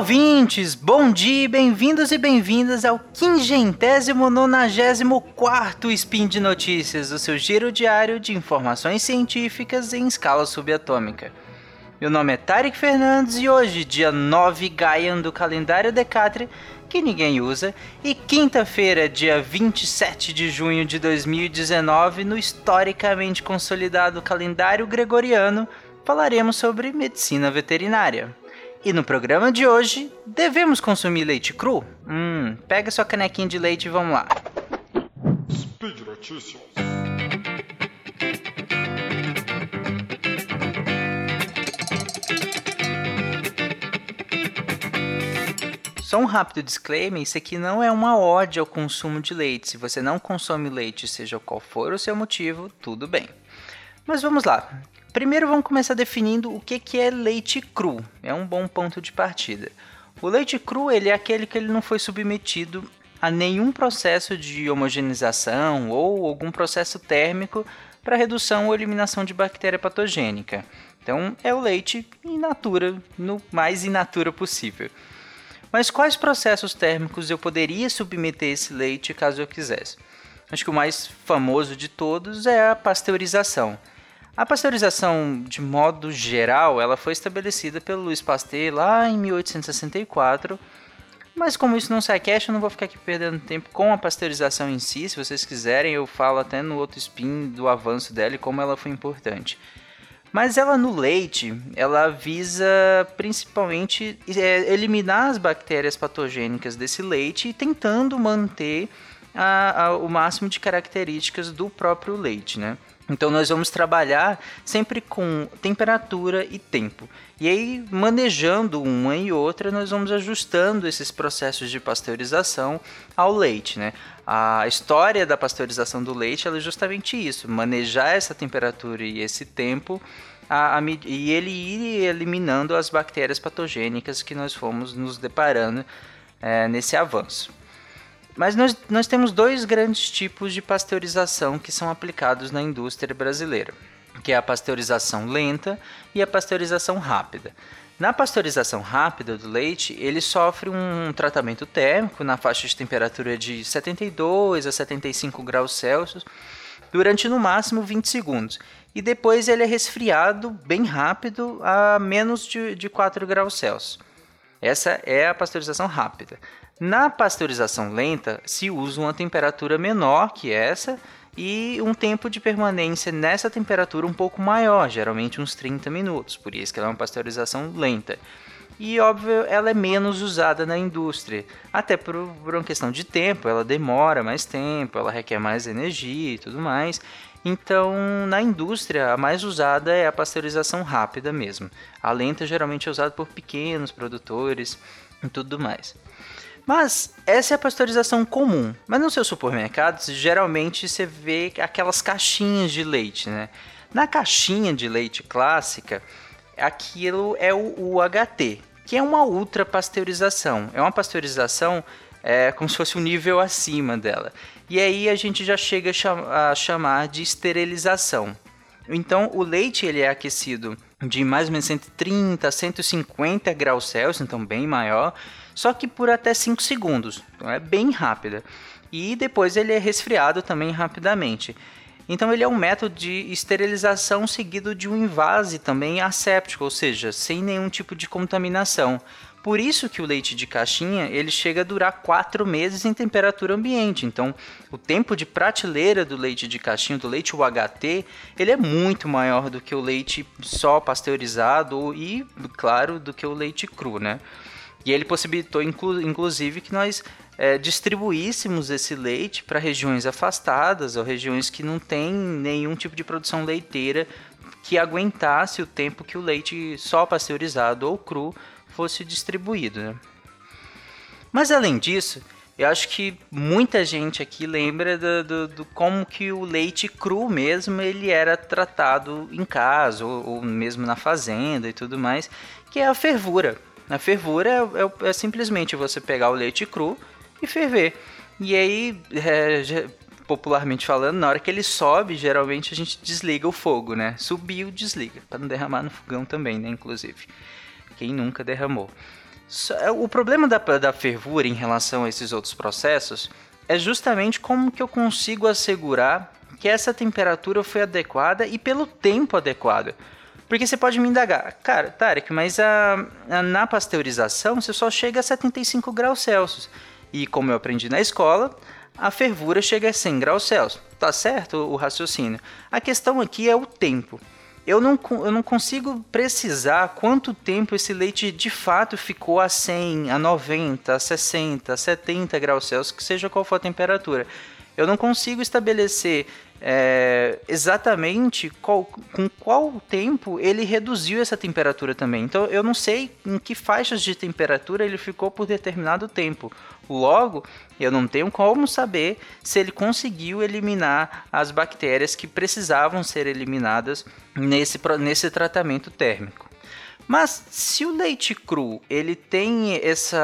ouvintes, bom dia, bem-vindos e bem-vindas ao 594º Spin de Notícias, o seu giro diário de informações científicas em escala subatômica. Meu nome é Tarek Fernandes e hoje, dia 9 Gaian do calendário Decatria, que ninguém usa, e quinta-feira, dia 27 de junho de 2019, no historicamente consolidado calendário gregoriano, falaremos sobre medicina veterinária. E no programa de hoje, devemos consumir leite cru? Pega sua canequinha de leite e vamos lá. Speed Notícias. Só um rápido disclaimer, isso aqui não é uma ode ao consumo de leite. Se você não consome leite, seja qual for o seu motivo, tudo bem. Mas vamos lá. Primeiro vamos começar definindo o que é leite cru. É um bom ponto de partida. O leite cru ele é aquele que ele não foi submetido a nenhum processo de homogeneização ou algum processo térmico para redução ou eliminação de bactéria patogênica. Então é o leite in natura, no mais in natura possível. Mas quais processos térmicos eu poderia submeter esse leite caso eu quisesse? Acho que o mais famoso de todos é a pasteurização. A pasteurização, de modo geral, ela foi estabelecida pelo Louis Pasteur lá em 1864, mas como isso não sai cash, eu não vou ficar aqui perdendo tempo com a pasteurização em si. Se vocês quiserem, eu falo até no outro spin do avanço dela e como ela foi importante. Mas ela no leite, ela visa principalmente eliminar as bactérias patogênicas desse leite e tentando manter o máximo de características do próprio leite, né? Então nós vamos trabalhar sempre com temperatura e tempo. E aí, manejando uma e outra, nós vamos ajustando esses processos de pasteurização ao leite, né? A história da pasteurização do leite é justamente isso, manejar essa temperatura e esse tempo e ele ir eliminando as bactérias patogênicas que nós fomos nos deparando nesse avanço. Mas nós temos dois grandes tipos de pasteurização que são aplicados na indústria brasileira, que é a pasteurização lenta e a pasteurização rápida. Na pasteurização rápida do leite, ele sofre um tratamento térmico na faixa de temperatura de 72 a 75 graus Celsius durante no máximo 20 segundos. E depois ele é resfriado bem rápido a menos de 4 graus Celsius. Essa é a pasteurização rápida. Na pasteurização lenta, se usa uma temperatura menor que essa e um tempo de permanência nessa temperatura um pouco maior, geralmente uns 30 minutos, por isso que ela é uma pasteurização lenta. E, óbvio, ela é menos usada na indústria, até por uma questão de tempo, ela demora mais tempo, ela requer mais energia e tudo mais. Então, na indústria, a mais usada é a pasteurização rápida mesmo. A lenta geralmente é usada por pequenos produtores e tudo mais. Mas essa é a pasteurização comum. Mas no seu supermercado, geralmente você vê aquelas caixinhas de leite, né? Na caixinha de leite clássica, aquilo é o UHT, que é uma ultra pasteurização. É uma pasteurização como se fosse um nível acima dela. E aí a gente já chega a chamar de esterilização. Então o leite ele é aquecido de mais ou menos 130 a 150 graus Celsius, então bem maior, só que por até 5 segundos, então é bem rápida. E depois ele é resfriado também rapidamente. Então ele é um método de esterilização seguido de um invase também asséptico, ou seja, sem nenhum tipo de contaminação. Por isso que o leite de caixinha ele chega a durar 4 meses em temperatura ambiente. Então o tempo de prateleira do leite de caixinha, do leite UHT, ele é muito maior do que o leite só pasteurizado e, claro, do que o leite cru, né? E ele possibilitou, inclusive, que nós distribuíssemos esse leite para regiões afastadas ou regiões que não têm nenhum tipo de produção leiteira que aguentasse o tempo que o leite só pasteurizado ou cru fosse distribuído, né? Mas além disso, eu acho que muita gente aqui lembra do como que o leite cru mesmo ele era tratado em casa ou mesmo na fazenda e tudo mais, que é a fervura. A fervura é simplesmente você pegar o leite cru e ferver. E aí, popularmente falando, na hora que ele sobe, geralmente a gente desliga o fogo, né? Subiu, desliga, para não derramar no fogão também, né? Inclusive, quem nunca derramou. O problema da fervura em relação a esses outros processos é justamente como que eu consigo assegurar que essa temperatura foi adequada e pelo tempo adequado. Porque você pode me indagar, cara, Tarek, mas na pasteurização você só chega a 75 graus Celsius. E como eu aprendi na escola, a fervura chega a 100 graus Celsius. Tá certo o raciocínio? A questão aqui é o tempo. Eu não consigo precisar quanto tempo esse leite de fato ficou a 100, a 90, a 60, a 70 graus Celsius, que seja qual for a temperatura. Eu não consigo estabelecer exatamente com qual tempo ele reduziu essa temperatura também. Então eu não sei em que faixas de temperatura ele ficou por determinado tempo. Logo, eu não tenho como saber se ele conseguiu eliminar as bactérias que precisavam ser eliminadas nesse tratamento térmico. Mas se o leite cru, ele tem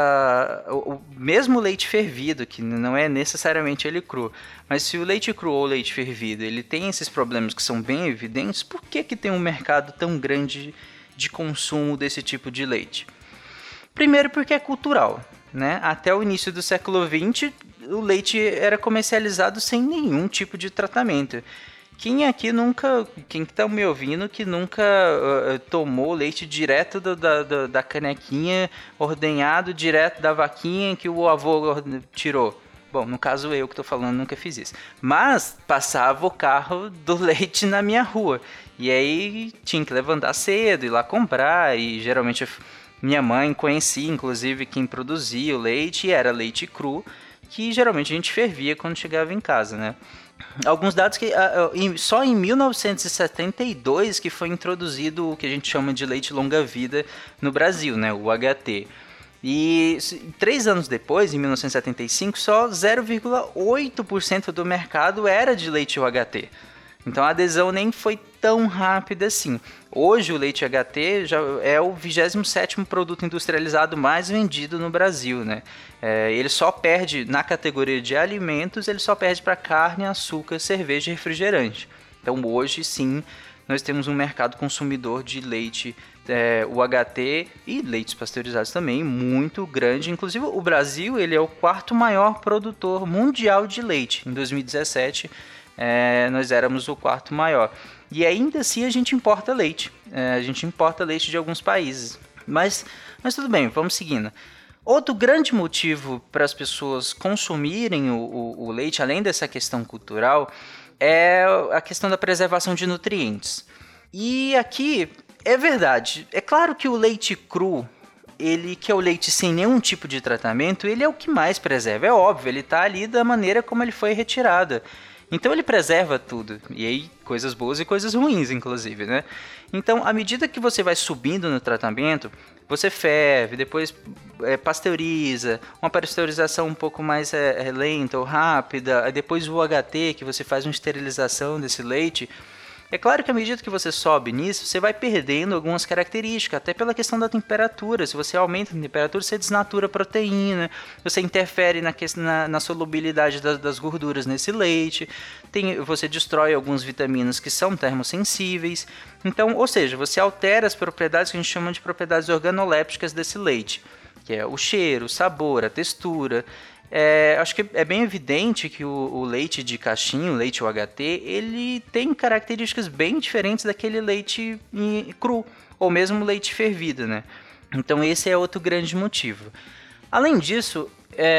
o mesmo leite fervido, que não é necessariamente ele cru, mas se o leite cru ou o leite fervido, ele tem esses problemas que são bem evidentes, por que tem um mercado tão grande de consumo desse tipo de leite? Primeiro porque é cultural, né? Até o início do século XX, o leite era comercializado sem nenhum tipo de tratamento. Quem está me ouvindo, que nunca tomou leite direto da canequinha, ordenhado direto da vaquinha que o avô tirou? Bom, no caso eu que estou falando, nunca fiz isso. Mas passava o carro do leite na minha rua. E aí tinha que levantar cedo, ir lá comprar. E geralmente minha mãe conhecia, inclusive, quem produzia o leite. E era leite cru, que geralmente a gente fervia quando chegava em casa, né? Alguns dados que só em 1972 que foi introduzido o que a gente chama de leite longa-vida no Brasil, né, o HT. E 3 anos depois, em 1975, só 0,8% do mercado era de leite UHT. Então a adesão nem foi tão rápida assim. Hoje o leite HT já é o 27º produto industrializado mais vendido no Brasil, né? Ele só perde, na categoria de alimentos, ele só perde para carne, açúcar, cerveja e refrigerante. Então hoje sim, nós temos um mercado consumidor de leite UHT e leites pasteurizados também muito grande. Inclusive o Brasil ele é o 4º maior produtor mundial de leite. Em 2017 nós éramos o 4º maior. E ainda assim a gente importa leite. A gente importa leite de alguns países. Mas tudo bem, vamos seguindo. Outro grande motivo para as pessoas consumirem o leite, além dessa questão cultural, é a questão da preservação de nutrientes. E aqui é verdade. É claro que o leite cru, que é o leite sem nenhum tipo de tratamento, ele é o que mais preserva. É óbvio, ele está ali da maneira como ele foi retirado. Então ele preserva tudo, e aí coisas boas e coisas ruins, inclusive, né? Então, à medida que você vai subindo no tratamento, você ferve, depois pasteuriza, uma pasteurização um pouco mais lenta ou rápida, aí depois o UHT, que você faz uma esterilização desse leite. É claro que à medida que você sobe nisso, você vai perdendo algumas características, até pela questão da temperatura. Se você aumenta a temperatura, você desnatura a proteína, você interfere na solubilidade das gorduras nesse leite, você destrói algumas vitaminas que são termossensíveis. Então, ou seja, você altera as propriedades que a gente chama de propriedades organolépticas desse leite, que é o cheiro, o sabor, a textura. Acho que é bem evidente que o leite de caixinha, o leite UHT, ele tem características bem diferentes daquele leite cru, ou mesmo leite fervido, né? Então esse é outro grande motivo. Além disso,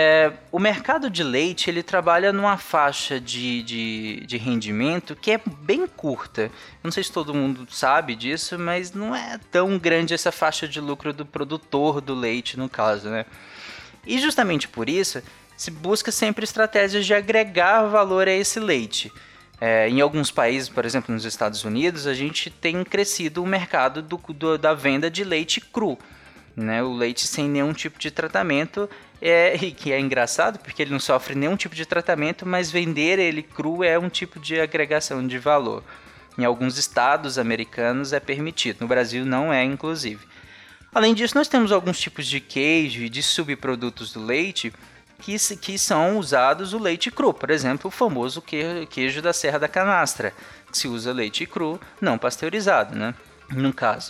o mercado de leite ele trabalha numa faixa de rendimento que é bem curta. Não sei se todo mundo sabe disso, mas não é tão grande essa faixa de lucro do produtor do leite, no caso, né? E justamente por isso, se busca sempre estratégias de agregar valor a esse leite. Em alguns países, por exemplo, nos Estados Unidos, a gente tem crescido o mercado da venda de leite cru, né? O leite sem nenhum tipo de tratamento, e que é engraçado porque ele não sofre nenhum tipo de tratamento, mas vender ele cru é um tipo de agregação de valor. Em alguns estados americanos é permitido, no Brasil não é, inclusive. Além disso, nós temos alguns tipos de queijo e de subprodutos do leite que são usados o leite cru. Por exemplo, o famoso queijo da Serra da Canastra, que se usa leite cru não pasteurizado, né? No caso.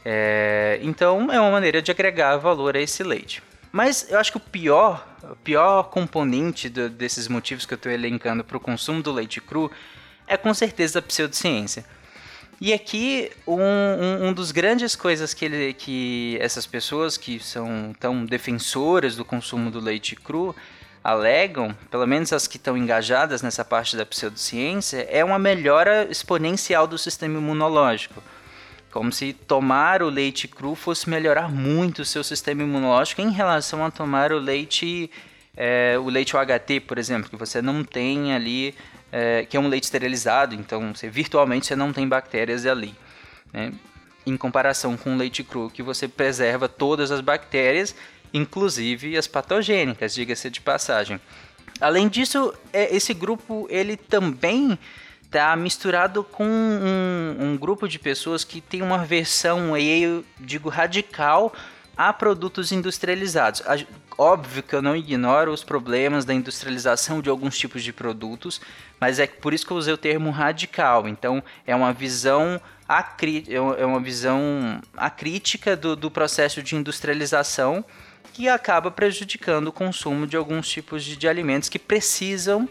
Então é uma maneira de agregar valor a esse leite. Mas eu acho que o pior componente desses motivos que eu estou elencando para o consumo do leite cru é com certeza a pseudociência. E aqui, um dos grandes coisas que essas pessoas que são tão defensoras do consumo do leite cru alegam, pelo menos as que estão engajadas nessa parte da pseudociência, é uma melhora exponencial do sistema imunológico. Como se tomar o leite cru fosse melhorar muito o seu sistema imunológico em relação a tomar o leite UHT, por exemplo, que você não tem ali, que é um leite esterilizado, então virtualmente você não tem bactérias ali, né? Em comparação com o leite cru, que você preserva todas as bactérias, inclusive as patogênicas, diga-se de passagem. Além disso, esse grupo ele também está misturado com um grupo de pessoas que tem uma versão, eu digo, radical a produtos industrializados. Óbvio que eu não ignoro os problemas da industrialização de alguns tipos de produtos, mas é por isso que eu usei o termo radical. Então, é uma visão acrítica do processo de industrialização que acaba prejudicando o consumo de alguns tipos de alimentos que precisam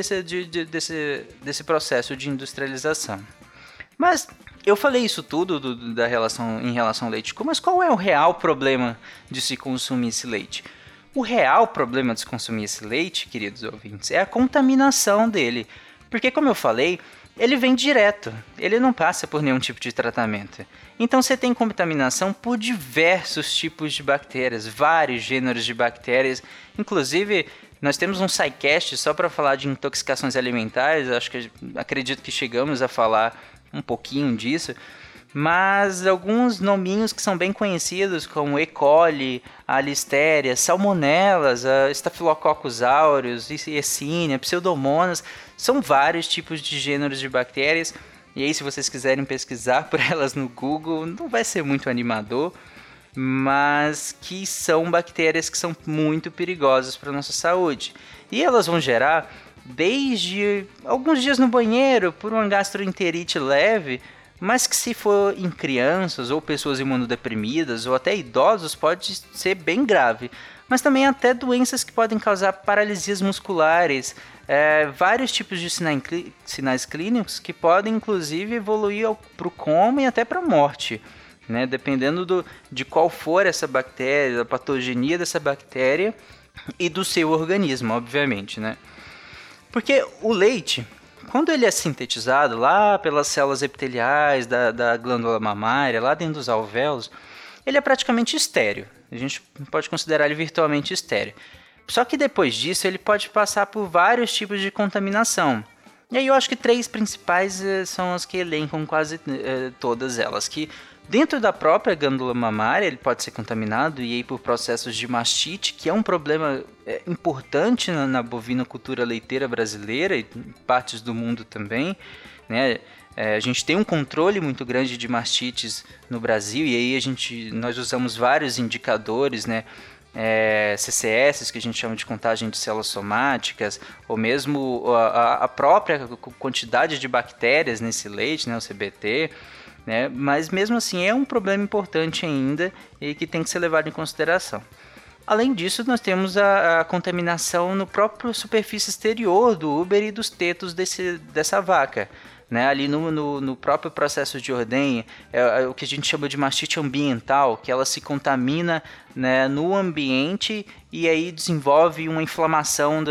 desse processo de industrialização. Mas eu falei isso tudo em relação ao leite cru, mas qual é o real problema de se consumir esse leite? O real problema de se consumir esse leite, queridos ouvintes, é a contaminação dele. Porque, como eu falei, ele vem direto, ele não passa por nenhum tipo de tratamento. Então você tem contaminação por diversos tipos de bactérias, vários gêneros de bactérias. Inclusive, nós temos um SciCast só para falar de intoxicações alimentares, acredito que chegamos a falar um pouquinho disso, mas alguns nominhos que são bem conhecidos, como E. coli, a Listeria, Salmonelas, a Staphylococcus aureus, Yersinia, Pseudomonas, são vários tipos de gêneros de bactérias, e aí se vocês quiserem pesquisar por elas no Google, não vai ser muito animador, mas que são bactérias que são muito perigosas para a nossa saúde. E elas vão gerar, desde alguns dias no banheiro, por uma gastroenterite leve, mas que se for em crianças ou pessoas imunodeprimidas ou até idosos pode ser bem grave. Mas também até doenças que podem causar paralisias musculares, vários tipos de sinais clínicos que podem inclusive evoluir para o coma e até para a morte, né? Dependendo de qual for essa bactéria, da patogenia dessa bactéria e do seu organismo, obviamente, né? Porque o leite, quando ele é sintetizado lá pelas células epiteliais da glândula mamária, lá dentro dos alvéolos, ele é praticamente estéril. A gente pode considerar ele virtualmente estéril. Só que depois disso ele pode passar por vários tipos de contaminação. E aí eu acho que 3 principais são as que elencam quase todas elas. Que dentro da própria glândula mamária ele pode ser contaminado e aí por processos de mastite, que é um problema importante na bovinocultura leiteira brasileira e em partes do mundo também, né? A gente tem um controle muito grande de mastites no Brasil e aí nós usamos vários indicadores, né? CCS, que a gente chama de contagem de células somáticas, ou mesmo a própria quantidade de bactérias nesse leite, né? O CBT, né? Mas mesmo assim é um problema importante ainda e que tem que ser levado em consideração. Além disso, nós temos a contaminação no próprio superfície exterior do úbero e dos tetos dessa vaca, né? Ali no próprio processo de ordenha, é o que a gente chama de mastite ambiental, que ela se contamina, né, no ambiente e aí desenvolve uma inflamação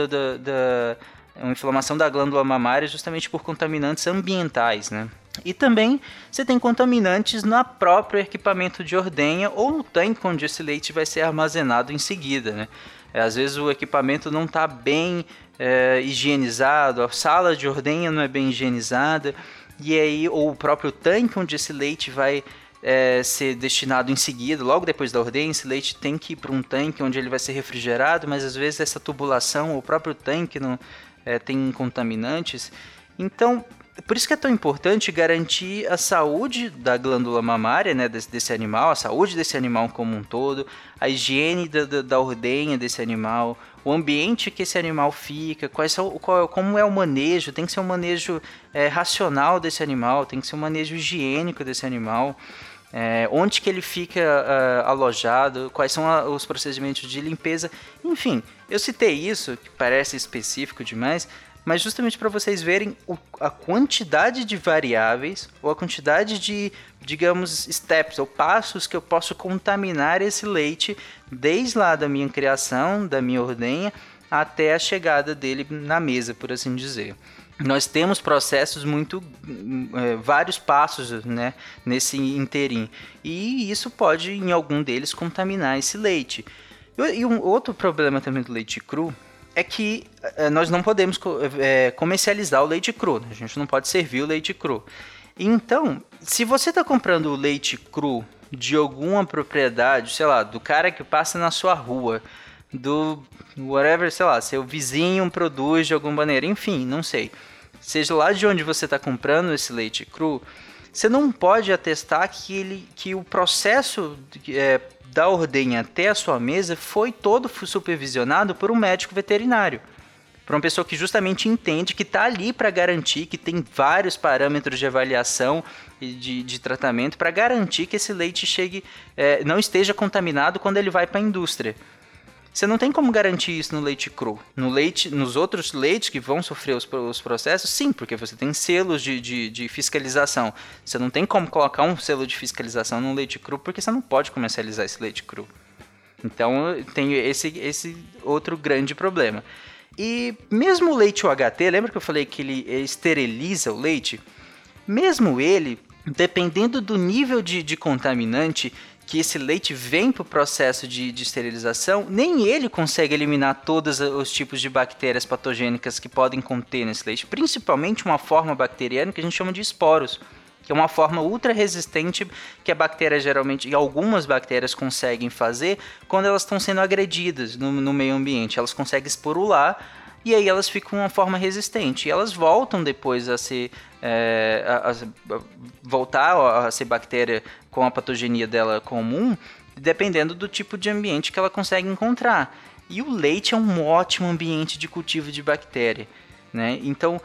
da glândula mamária justamente por contaminantes ambientais, né? E também você tem contaminantes no próprio equipamento de ordenha ou no tanque onde esse leite vai ser armazenado em seguida, né? Às vezes o equipamento não está bem higienizado, a sala de ordenha não é bem higienizada, e aí ou o próprio tanque onde esse leite vai ser destinado em seguida, logo depois da ordenha, esse leite tem que ir para um tanque onde ele vai ser refrigerado, mas às vezes essa tubulação, ou o próprio tanque não tem contaminantes. Então, por isso que é tão importante garantir a saúde da glândula mamária, né, desse animal, a saúde desse animal como um todo, a higiene da ordenha desse animal, o ambiente que esse animal fica, como é o manejo, tem que ser um manejo racional desse animal, tem que ser um manejo higiênico desse animal. onde que ele fica alojado, quais são os procedimentos de limpeza, enfim. Eu citei isso, que parece específico demais, mas justamente para vocês verem a quantidade de variáveis ou a quantidade de, digamos, steps ou passos que eu posso contaminar esse leite desde lá da minha criação, da minha ordenha, até a chegada dele na mesa, por assim dizer. Nós temos processos vários passos, né, nesse inteirinho, e isso pode, em algum deles, contaminar esse leite. E um outro problema também do leite cru é que nós não podemos comercializar o leite cru, a gente não pode servir o leite cru. Então, se você está comprando o leite cru de alguma propriedade, sei lá, do cara que passa na sua rua, do whatever, sei lá, seu vizinho produz de alguma maneira, enfim, não sei. Seja lá de onde você está comprando esse leite cru, você não pode atestar que o processo da ordenha até a sua mesa foi todo supervisionado por um médico veterinário. Por uma pessoa que justamente entende que está ali para garantir, que tem vários parâmetros de avaliação e de tratamento para garantir que esse leite não esteja contaminado quando ele vai para a indústria. Você não tem como garantir isso no leite cru. Nos outros leites que vão sofrer os processos, sim, porque você tem selos de fiscalização. Você não tem como colocar um selo de fiscalização no leite cru, porque você não pode comercializar esse leite cru. Então, tem esse outro grande problema. E mesmo o leite UHT, lembra que eu falei que ele esteriliza o leite? Mesmo ele, dependendo do nível de contaminante que esse leite vem para o processo de esterilização, nem ele consegue eliminar todos os tipos de bactérias patogênicas que podem conter nesse leite, principalmente uma forma bacteriana que a gente chama de esporos, que é uma forma ultra resistente que a bactéria geralmente, e algumas bactérias conseguem fazer quando elas estão sendo agredidas no meio ambiente. Elas conseguem esporular e aí elas ficam uma forma resistente. E elas voltam depois a ser voltar a ser bactéria com a patogenia dela comum, dependendo do tipo de ambiente que ela consegue encontrar. E o leite é um ótimo ambiente de cultivo de bactéria, né? Então,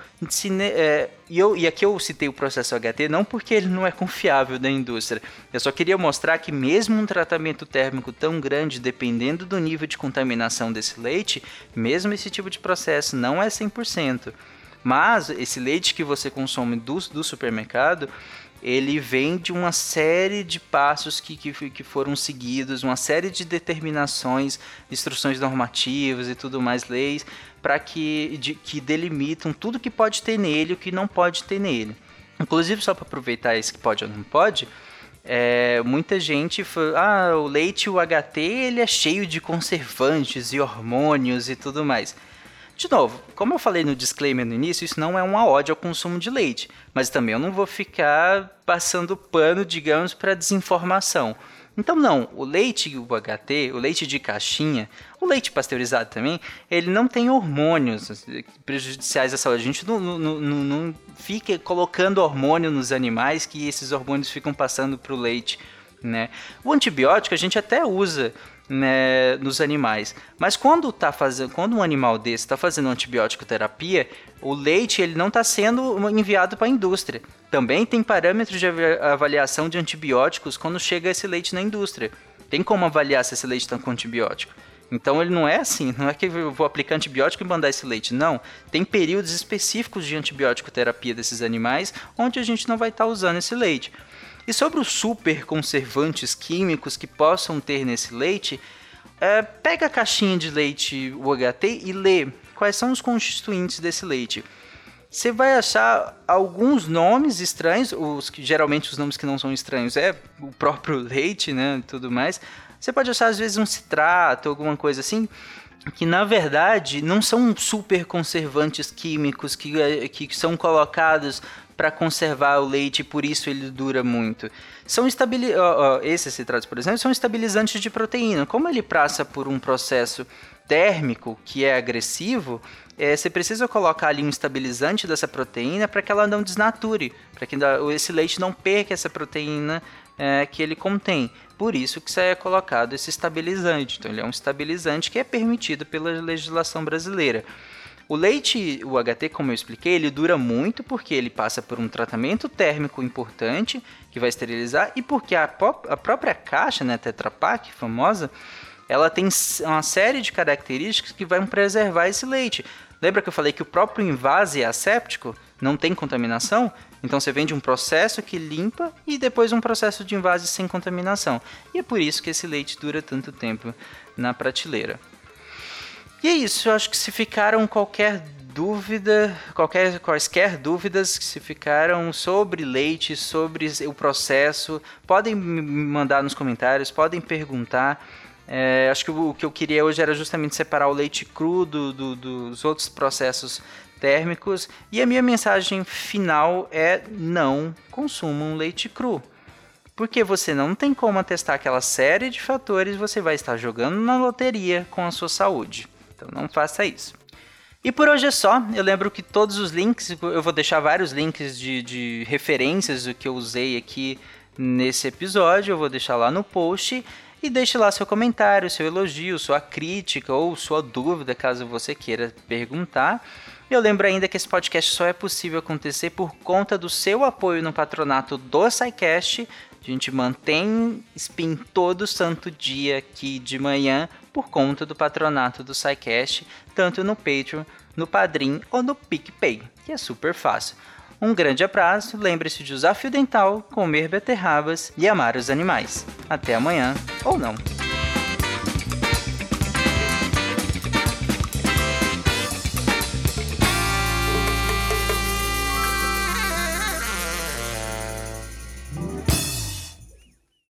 e aqui eu citei o processo HT não porque ele não é confiável da indústria. Eu só queria mostrar que mesmo um tratamento térmico tão grande, dependendo do nível de contaminação desse leite, mesmo esse tipo de processo não é 100%. Mas esse leite que você consome do supermercado, ele vem de uma série de passos que foram seguidos, uma série de determinações, instruções normativas e tudo mais, leis, para que delimitam tudo que pode ter nele e o que não pode ter nele. Inclusive, só para aproveitar esse que pode ou não pode, muita gente fala, o leite UHT ele é cheio de conservantes e hormônios e tudo mais. De novo, como eu falei no disclaimer no início, isso não é uma ode ao consumo de leite, mas também eu não vou ficar passando pano, digamos, para desinformação. Então não, o leite UHT, o leite de caixinha, o leite pasteurizado também, ele não tem hormônios prejudiciais à saúde. A gente não fica colocando hormônio nos animais que esses hormônios ficam passando para o leite, né? O antibiótico a gente até usa, né, nos animais, mas quando um animal desse está fazendo antibiótico terapia, o leite ele não está sendo enviado para a indústria. Também tem parâmetros de avaliação de antibióticos quando chega esse leite na indústria. Tem como avaliar se esse leite está com antibiótico. Então ele não é assim, não é que eu vou aplicar antibiótico e mandar esse leite, não. Tem períodos específicos de antibiótico terapia desses animais onde a gente não vai estar usando esse leite. E sobre os super conservantes químicos que possam ter nesse leite, pega a caixinha de leite UHT e lê quais são os constituintes desse leite. Você vai achar alguns nomes estranhos, geralmente os nomes que não são estranhos é o próprio leite, né, e tudo mais. Você pode achar às vezes um citrato, alguma coisa assim, que na verdade não são super conservantes químicos que são colocados para conservar o leite e por isso ele dura muito. Esses citratos, por exemplo, são estabilizantes de proteína. Como ele passa por um processo térmico que é agressivo, você precisa colocar ali um estabilizante dessa proteína para que ela não desnature, para que esse leite não perca essa proteína que ele contém. Por isso que é colocado esse estabilizante. Então ele é um estabilizante que é permitido pela legislação brasileira. O leite UHT, como eu expliquei, ele dura muito porque ele passa por um tratamento térmico importante que vai esterilizar e porque a própria caixa, né, Tetra Pak, famosa, ela tem uma série de características que vão preservar esse leite. Lembra que eu falei que o próprio envase é asséptico? Não tem contaminação? Então você vende um processo que limpa e depois um processo de envase sem contaminação. E é por isso que esse leite dura tanto tempo na prateleira. E é isso, eu acho que se ficaram quaisquer dúvidas que se ficaram sobre leite, sobre o processo, podem me mandar nos comentários, podem perguntar. Acho que o que eu queria hoje era justamente separar o leite cru dos outros processos térmicos. E a minha mensagem final é: não consumam leite cru. Porque você não tem como atestar aquela série de fatores, você vai estar jogando na loteria com a sua saúde. Então não faça isso. E por hoje é só. Eu lembro que todos os links, eu vou deixar vários links de referências do que eu usei aqui nesse episódio, eu vou deixar lá no post. E deixe lá seu comentário, seu elogio, sua crítica ou sua dúvida, caso você queira perguntar. Eu lembro ainda que esse podcast só é possível acontecer por conta do seu apoio no patronato do SciCast. A gente mantém Spin todo santo dia aqui de manhã por conta do patronato do SciCast, tanto no Patreon, no Padrim ou no PicPay, que é super fácil. Um grande abraço, lembre-se de usar fio dental, comer beterrabas e amar os animais. Até amanhã, ou não.